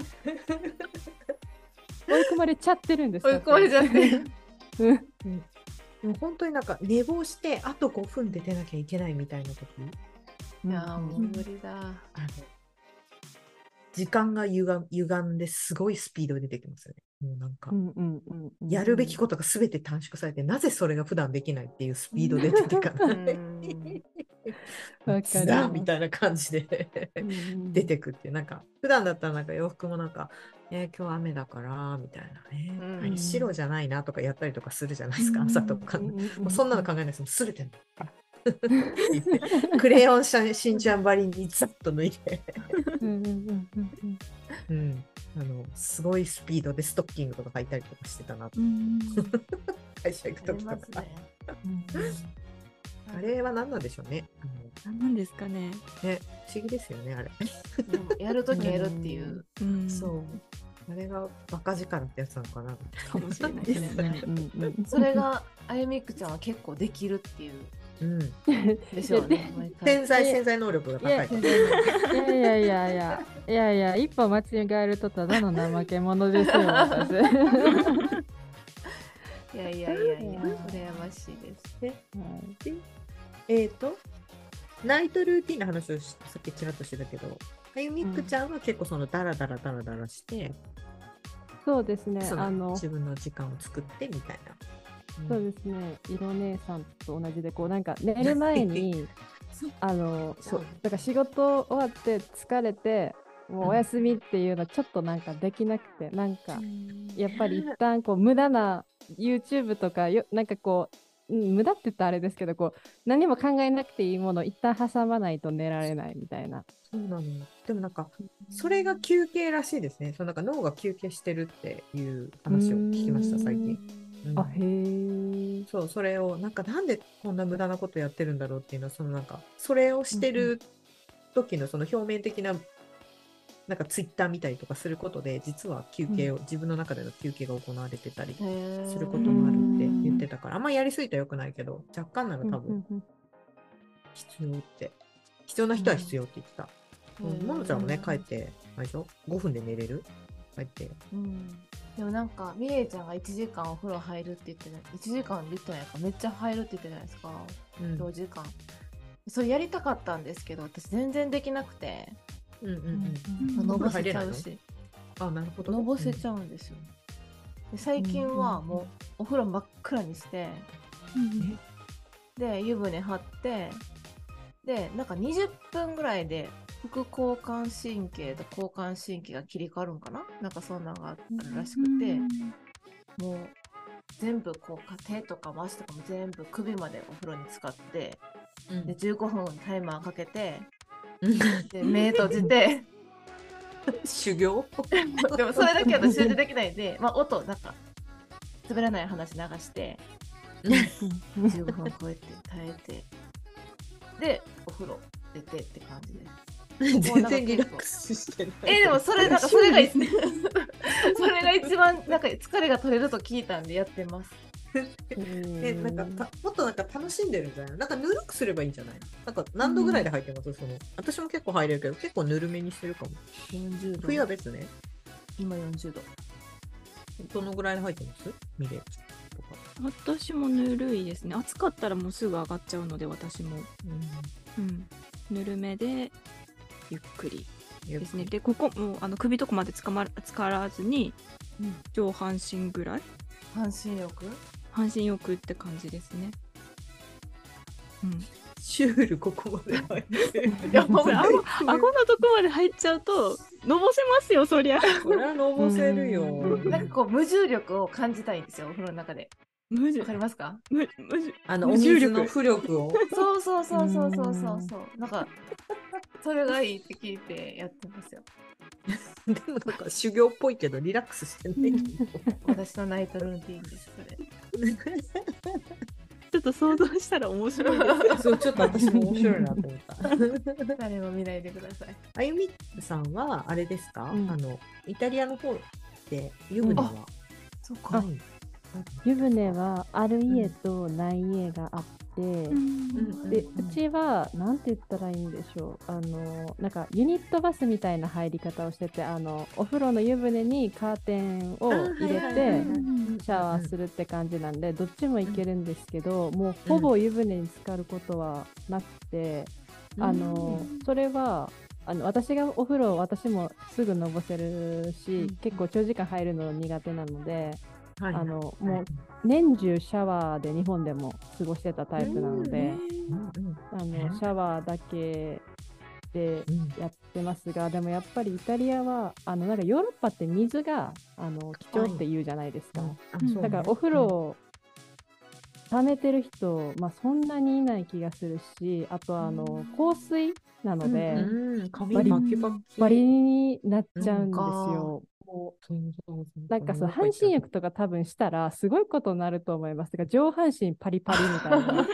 追い込まれちゃってるんですか？ 追い込まれちゃってるうん、もう本当になんか寝坊してあとごふんで出なきゃいけないみたいな時、 いやもう無理だ。あの時間が歪んですごいスピードで出てきますよね。もうなんか、やるべきことがすべて短縮されて、なぜそれが普段できないっていうスピードで出てかない。わかるみたいな感じで出てくっていう、なんか普段だったらなんか洋服もなんか、えー、今日雨だからみたいな、えー、白じゃないなとかやったりとかするじゃないですか、朝とか。もうそんなの考えないです。すれてんだから。クレヨンしんちゃんばりにザッと抜いてうん、あのすごいスピードでストッキングとか履いたりとかしてたなと会社行く時とか、ねうん、あれは何なんでしょうね。 何なんですかね。 ね、不思議ですよねあれ。 やるときやるっていう、 うん、そうあれがバカ力ってやつなのかなかもしれないですね。 それがあゆみくちゃんは結構できるっていう。うん、 でしょうね。潜在潜在能力が高い。 いやいやいやいやいやいや一歩間違えるとただの怠け者ですよ私。 いやいやいやいや羨ましいですね。 はい、えっ、ー、とナイトルーティンの話をさっきちらっとしてたけど、あゆみっくちゃんは結構そのダラダラダラダラして、うん、 そうですね、 あの自分の時間を作ってみたいな。 うん、そうですね、色姉さんと同じでこうなんか寝る前にあのそうだから仕事終わって疲れてもうお休みっていうのちょっとなんかできなくて、なんかやっぱり一旦こう無駄な YouTube とかよなんかこう、うん、無駄って言ったらあれですけどこう何も考えなくていいものを一旦挟まないと寝られないみたいな。 そうなの。でもなんかそれが休憩らしいですね。そのなんか脳が休憩してるっていう話を聞きました最近。うん、 あへー。 そうそれをなんかなんでこんな無駄なことやってるんだろうっていうのはそのなんかそれをしてる時のその表面的ななんかツイッター見たりとかすることで実は休憩を、うん、自分の中での休憩が行われてたりすることもあるって言ってたから、あんまりやりすぎたらよくないけど若干なら多分必要って必要な人は必要って言ってた。ものちゃんもね帰ってあれでしょごふんで寝れる帰って、 うん、でもなんかみれいちゃんがいちじかんお風呂入るって言ってないいちじかん言ってないかめっちゃ入るって言ってないですか、うん、よじかんそれやりたかったんですけど私全然できなくてうんうんうん、のぼせちゃうしあなるほどのぼせちゃうんですよ、で最近はもうお風呂真っ暗にして、うん、で湯船張ってでなんかにじゅっぷんぐらいで副交感神経と交感神経が切り替わるんかななんかそんなのがあるらしくて、うん、もう全部こう手とか足とかも全部首までお風呂に浸かって、うん、でじゅうごふんタイマーかけてで目閉じて修行でもそれだけだと集中できないんで、まあ、音なんか滑らない話流してじゅうごふん超えて耐えてでお風呂出てって感じです。 全然リラックスしてない。 えでもそれなんかそれがそれが一番なんか疲れが取れると聞いたんでやってます。 えなんかもっとなんか楽しんでるんじゃない？なんかぬるくすればいいんじゃない？なんか何度ぐらいで入ってます？その私も結構入れるけど結構ぬるめにしてるかも。 よんじゅうど。 冬は別ね。 今よんじゅうど。 どのぐらいで入ってます？見れるとか。 私もぬるいですね。暑かったらもうすぐ上がっちゃうので私も。うん。うん、ぬるめでゆっくりですね。でここもうあの首とかまでつかまつからずに、うん、上半身ぐらい。 半身浴？ 半身浴って感じですね。 うん。シュールここまで入ってる。 いやもう顎顎のとこまで入っちゃうとのぼせますよそりゃ。 そりゃのぼせるよ。 なんかこう無重力を感じたいんですよお風呂の中で。無重わかりますか？ 無無あのお水の浮力を。 そうそうそうそうそうそうそう。なんかそれがいいって聞いてやってますよ。 でもなんか修行っぽいけどリラックスしてない。 私のナイトルーティンですそれ。 ちょっと想像したら面白いです。 そうちょっと私も面白いなと思った。 誰も見ないでください。 あゆみさんはあれですか？うん、あのイタリアの方で湯船は、うん、 そうか。 湯船はある家とない家があって、うん、でうちはなんて言ったらいいんでしょう、あのなんかユニットバスみたいな入り方をしてて、あのお風呂の湯船にカーテンを入れてシャワーするって感じなんでどっちも行けるんですけど、もうほぼ湯船に浸かることはなくて、あのそれはあの私がお風呂私もすぐのぼせるし、結構長時間入るの苦手なので。はい、あのもう年中シャワーで日本でも過ごしてたタイプなので、あのシャワーだけでやってますが、でもやっぱりイタリアはあのなんかヨーロッパって水があの貴重って言うじゃないですか、はい、だからお風呂を溜めてる人、まあ、そんなにいない気がするし、あとあの香水なので、うんうん、バリバリになっちゃうんですよ。なんかその半身浴とか多分したらすごいことになると思います。だから上半身パリパリみたいな。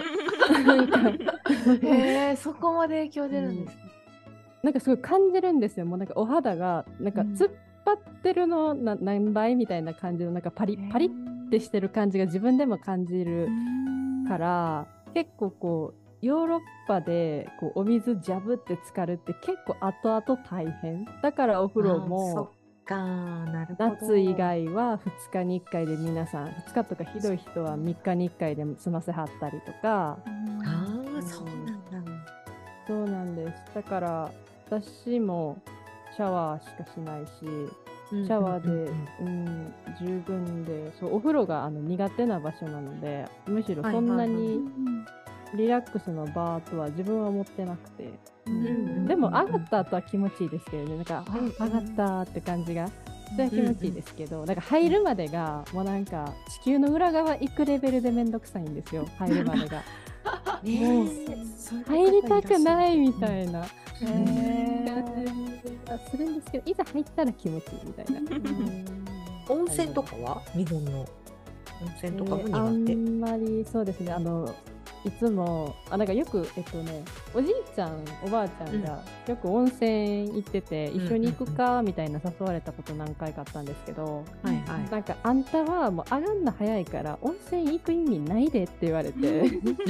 へえ、そこまで影響出るんですね、 うん。なんかすごい感じるんですよ。もうなんかお肌がなんか突っ張ってるのな何倍みたいな感じのなんかパリパリってしてる感じが自分でも感じるから、結構こうヨーロッパでこうお水ジャブって浸かるって結構後々大変。だからお風呂もかなるほど、 夏以外はふつかにいっかいで皆さんふつかとかひどい人はみっかにいっかいで済ませはったりとか、 ああそうなんだ。 そうなんです。だから私もシャワーしかしないし、シャワーで、うん、十分で、そう、お風呂があの苦手な場所なので、むしろそんなにリラックスの場とは自分は思ってなくて、うん、でも上がった後は気持ちいいですけどね、なんか、あ、上がったって感じが、それは気持ちいいですけど、なんか入るまでが、もうなんか地球の裏側行くレベルでめんどくさいんですよ、入るまでが。もう入りたくないみたいな感じがするんですけど、いざ入ったら気持ちいいみたいな。 温泉とかは日本の温泉とかも苦手、えー、あんまりそうですね。あのいつもあなんかよくえっとねおじいちゃんおばあちゃんがよく温泉行ってて、うん、一緒に行くかみたいな誘われたこと何回かあったんですけど、はいはい、なんかあんたはもう上がんの早いから温泉行く意味ないでって言われて。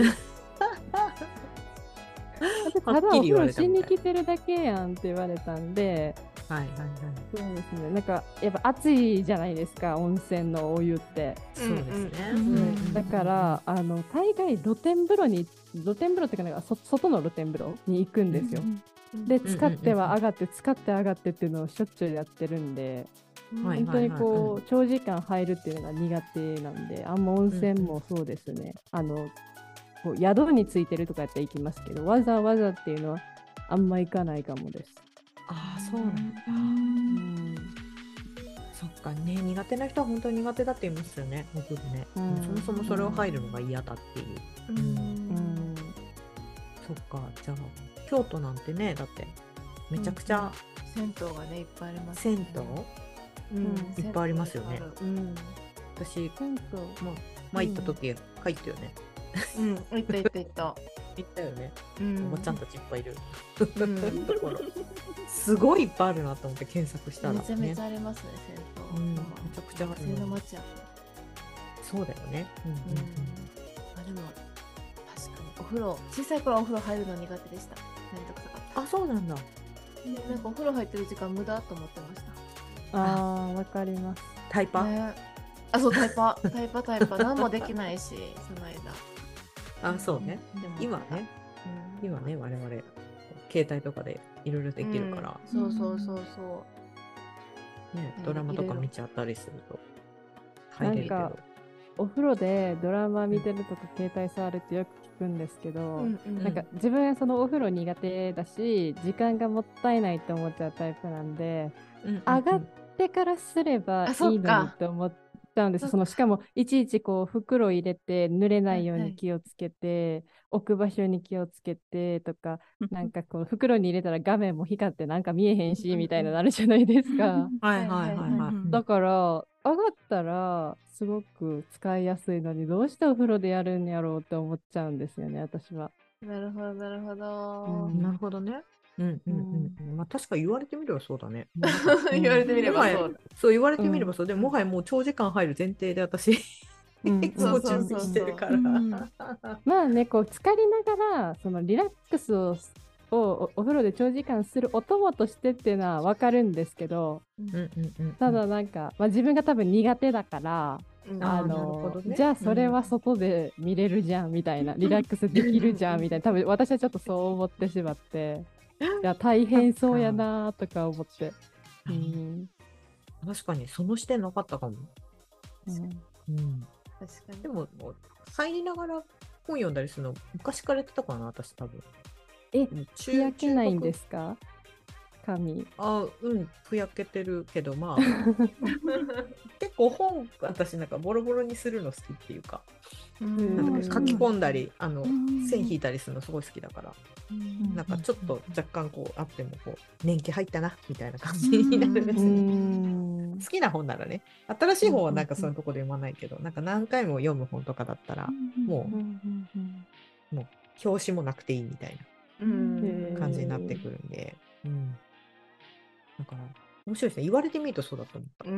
ただお風呂しに来てるだけやんって言われたんで、はいはいはい、そうですね。なんかやっぱ暑いじゃないですか、温泉のお湯って。 そうですね。 うん、だからあの大概露天風呂に露天風呂っていうかなんかそ外の露天風呂に行くんですよ。うん、で使っては上がって使って上がってっていうのをしょっちゅうやってるんで、うん、本当にこう長時間入るっていうのが苦手なんで、あんま温泉もそうですね。うん、あのこう宿についてるとかやって行きますけど、わざわざっていうのはあんま行かないかもです。 ああ、そうなんだ。うん、そっかね、苦手な人は本当に苦手だって言いますよね、お風呂ね。うん、そもそもそれを入るのが嫌だっていう。うんうん、そっか、じゃあ京都なんてね、だってめちゃくちゃ、 うん、銭湯がねいっぱいあります、 ね。銭湯、うん、いっぱいありますよね。うん、私、銭湯、まあ、前行った時、うん、入ったよね。 うん、行った行った行った。 行ったよね。うん、おばちゃんたちいっぱいいる。うん、すごいいっぱいあるなと思って検索したら、ね。 めちゃめちゃありますね、銭湯。うん、めちゃくちゃある。 水の町や。 そうだよね。うんうんうん。あ、 でも確かにお風呂、小さい頃お風呂入るの苦手でした。めんどくさかった。 あ、そうなんだ。 なんかお風呂入ってる時間無駄と思ってました。 ああ、わかります。 タイパ？ ね、あ、そうタイパ、タイパタイパ、何もできないし、その間。 あ、そうね。今ね、うん、今ね、我々携帯とかでいろいろできるから、 うん、そうそうそうそう、 ね、ドラマとか見ちゃったりすると入れるけど、 なんかお風呂でドラマ見てるとか携帯触るってよく聞くんですけど、うんうん、なんか自分はそのお風呂苦手だし時間がもったいないって思っちゃうタイプなんで、うんうんうん、上がってからすればいいのにと思ってなんです。そのしかもいちいちこう袋入れて濡れないように気をつけて、はいはい、置く場所に気をつけてとかなんかこう袋に入れたら画面も光ってなんか見えへんしみたいなのあるじゃないですか。 はいはいはいはい。 だから上がったらすごく使いやすいのにどうしてお風呂でやるんやろうって思っちゃうんですよね、私は。 なるほどなるほど、 うん、なるほどね。うんうんうんうん、まあ確か言われてみればそうだね。 言われてみればそう。 そう言われてみればそう、うん、でももはやもう長時間入る前提で私、うん、いつも準備してるから。 まあね、こう浸かりながらそのリラックスををお風呂で長時間するお供としてっていうのは分かるんですけど、うんうんうん、ただなんか、まあ、自分が多分苦手だから。あのね、じゃあそれは外で見れるじゃんみたいな、うん、リラックスできるじゃんみたいな、多分私はちょっとそう思ってしまって、いや大変そうやなとか思って、うん、 確かにその視点なかったかも、うんうん、確かに。でも入りながら本読んだりするの昔からやってたかな、私多分。 え、日焼けないんですか、髪。 あ、うんふやけてるけどまあ結構本私なんかボロボロにするの好きっていうか、なんか書き込んだりあの線引いたりするのすごい好きだから、なんかちょっと若干こうあってもこう年季入ったなみたいな感じになるんですね。好きな本ならね、新しい本はなんかそういうところで読まないけど、なんか何回も読む本とかだったらもうもう表紙もなくていいみたいな感じになってくるんで、うん、だから面白いですね。言われてみるとそうだと思った。 うん、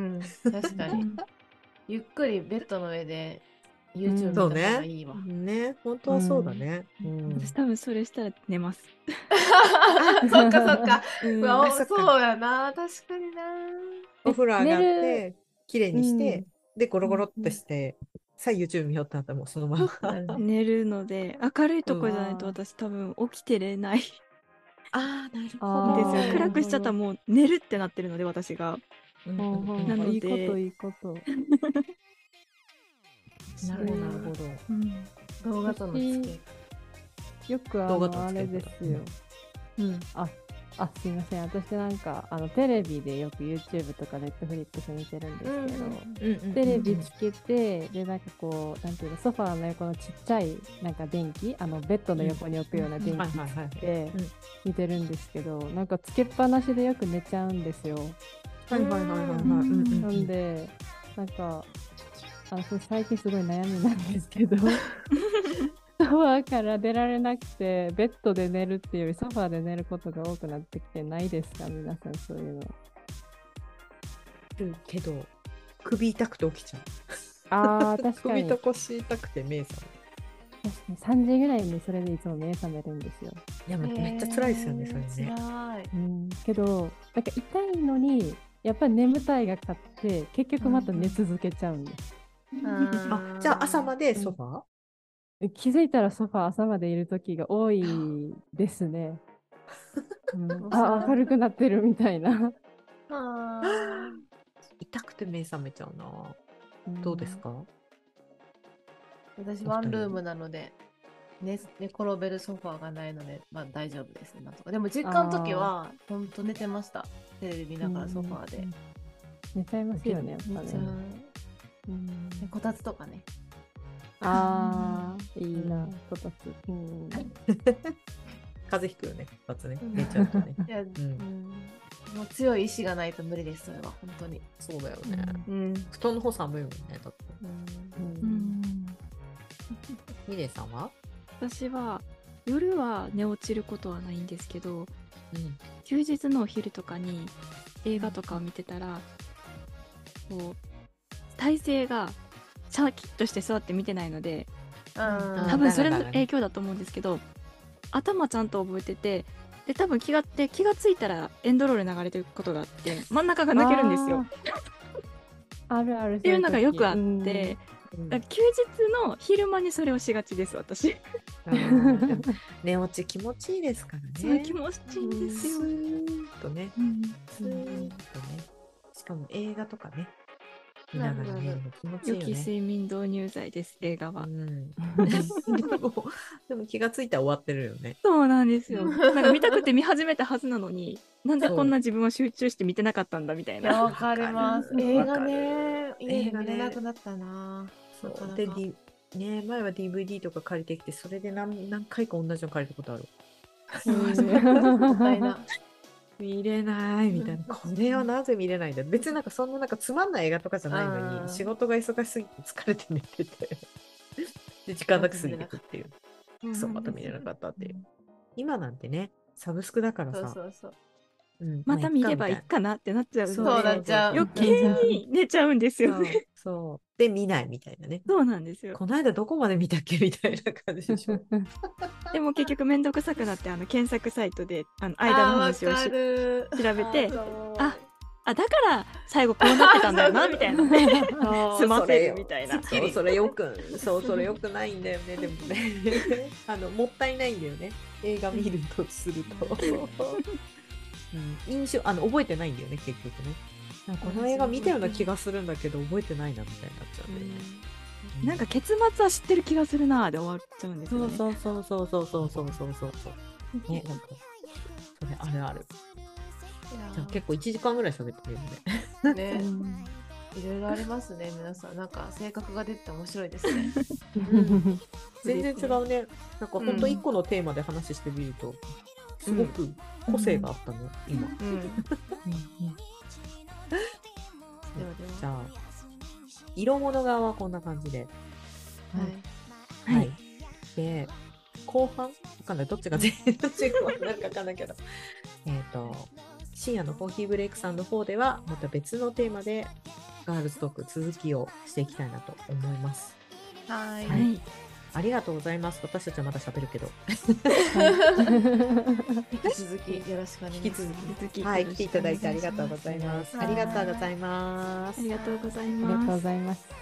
確かに。ゆっくりベッドの上で YouTube 見た方がいいわ。 うん、そうね。ね、本当はそうだね。 うんうん、私多分それしたら寝ます。 そっかそっか。うん、まあ、そうやな、確かにな。 お風呂上がってきれいにして、うん、でゴロゴロっとして、うん、さあ YouTube 見ようってなったらもうそのまま寝るので、明るいとこじゃないと私多分起きてれない。 ああ、なるあほど。 ーですよ。暗くしちゃったらもう寝るってなってるので、私が。 うんほうほうなのでいいこといいこと。 なるほど、なるほど。 うん。 動画との付き合い。 よくあ動画との、あの付き合いれですよ。 うん。 あ、あ、すいません。私なんか、あの、テレビでよく YouTube とか Netflix 見てるんですけど、 うんうんうんテレビつけて、で、なんかこう、なんていうの、ソファーの横のちっちゃい、なんか電気、あの、ベッドの横に置くような電気つはいはいはいけてうん見てるんですけど、なんかつけっぱなしでよく寝ちゃうんですよ。 はいはいはいはいはい。うんうんなんで、なんか、あの、それ最近すごい悩みなんですけど、ソファーから出られなくて、ベッドで寝るっていうよりソファーで寝ることが多くなってきてないですか、皆さん、そういうの。 うんけど、首痛くて起きちゃう。 ああ、確かに。 首と腰痛くて目覚確かにさんじぐらいにそれでいつも目覚めるんですよ。 める。いや、もうめっちゃ辛いですよね、それね。 辛い。 うん、けど、なんか痛いのに、やっぱり眠たいが勝って、結局また寝続けちゃうんです。 あ、じゃあ朝までソファー、 気づいたらソファー朝までいる時が多いですね。うん、あ、明るくなってるみたいな。 あ痛くて目覚めちゃうな。どうですか？ 私ワンルームなので寝寝転べるソファーがないので、まあ大丈夫ですね。なんとかでも実家の時はほんと寝てました。テレビ見ながらソファーで。 寝ちゃいますよね、やっぱ寝ちゃうね。うんでこたつとかね。 ああ、いいな、こたつ。うん風邪ひくよね、こたつね。寝ちゃうとね。 いや、うんもう強い意志がないと無理です、それは本当に。 そうだよね。 うん。 布団の方寒いもんね、だって。 うんミネさんは？ 私は夜は寝落ちることはないんですけど、 うん。 休日のお昼とかに映画とかを見てたら、こう体勢がシャキッとして座って見てないので、 あ多分それのだらだらね影響だと思うんですけど、頭ちゃんと覚えてて、で多分気がで気がついたらエンドロール流れてることがあって真ん中が抜けるんですよ。 あるある。っっていうのがよくあって、 うんだから休日の昼間にそれをしがちです私。 あーでも寝落ち気持ちいいですからね。 そう気持ちいいんですよス。ーッとね、 うんスーッとね。しかも映画とかね、見ながら寝るの気持ちいい良よね。 き睡眠導入剤です映画は。 うん、でもでも気がついたら終わってるよね。 そうなんですよ。なんか見たくて見始めたはずなのに、なんでこんな自分は集中して見てなかったんだみたいいや、 な。 わかります。 わかる映画ね、家で映画ね見れなくなったな。 そうなかなかで、D ね、前は ディーブイディー とか借りてきて、それで何何回か同じの借りたことある。 もったいな。 見れないみたいな。これはなぜ見れないんだ。別になんかそんななんかつまんない映画とかじゃないのあーに、仕事が忙しすぎて疲れて寝てて、で時間なく過ぎてくっていう。そう、また見れなかったっていう。今なんてね、サブスクだからそうさ、 そうそう。 うんまた見ればいいいっかかなってなっちゃうので、 そうなっちゃう。 余計に寝ちゃうんですみたいな。 よね。 そうそう。で、見ないみたいなね。 そうなんですよ。 この間どこまで見たっけみたいな感じでしょ。 でも結局めんどくさくなってあの検索サイトであの間の話をし調るべて、 あああだから最後こうなってたんだよなみたいなね済ませるみたいな。 そう、それよく、そう、それよくないんだよね、でもね。あの、もったいないんだよね。映画見るとすると。うん、印象、あの、覚えてないんだよね、結局ね。なんかこの映画見たような気がするんだけど、覚えてないな、みたいになっちゃうんだよね。 なんか結末は知ってる気がするなーで終わっちゃうんですよね。 そうそうそうそうそうそうそうそうそう。ね、なんか、それあるある。じゃあ結構いちじかんぐらい喋ってるよね。 ね、 うんいろいろありますね、皆さん。なんか性格が出てて面白いですね。 全然違うね。なんかほんといっこのテーマで話してみると、すごく個性があったの、今。 うん。ではでは。 じゃあ、色物側はこんな感じで。 はい。 はい。で、後半わかんない。どっちが全然違うなんかわかんないけど。えっと、深夜のコーヒーブレイクさんの方では、また別のテーマで、ガールズトーク続きをしていきたいなと思います。 はい。 ははいい。 ありがとうございます。私たちはまだ喋るけど。 引き続きよろしくお願いします。 引き続続きき、はい、来ていただいてありがとうございます。ありがとうございますあ。りがとうございありがとうます。 ございます。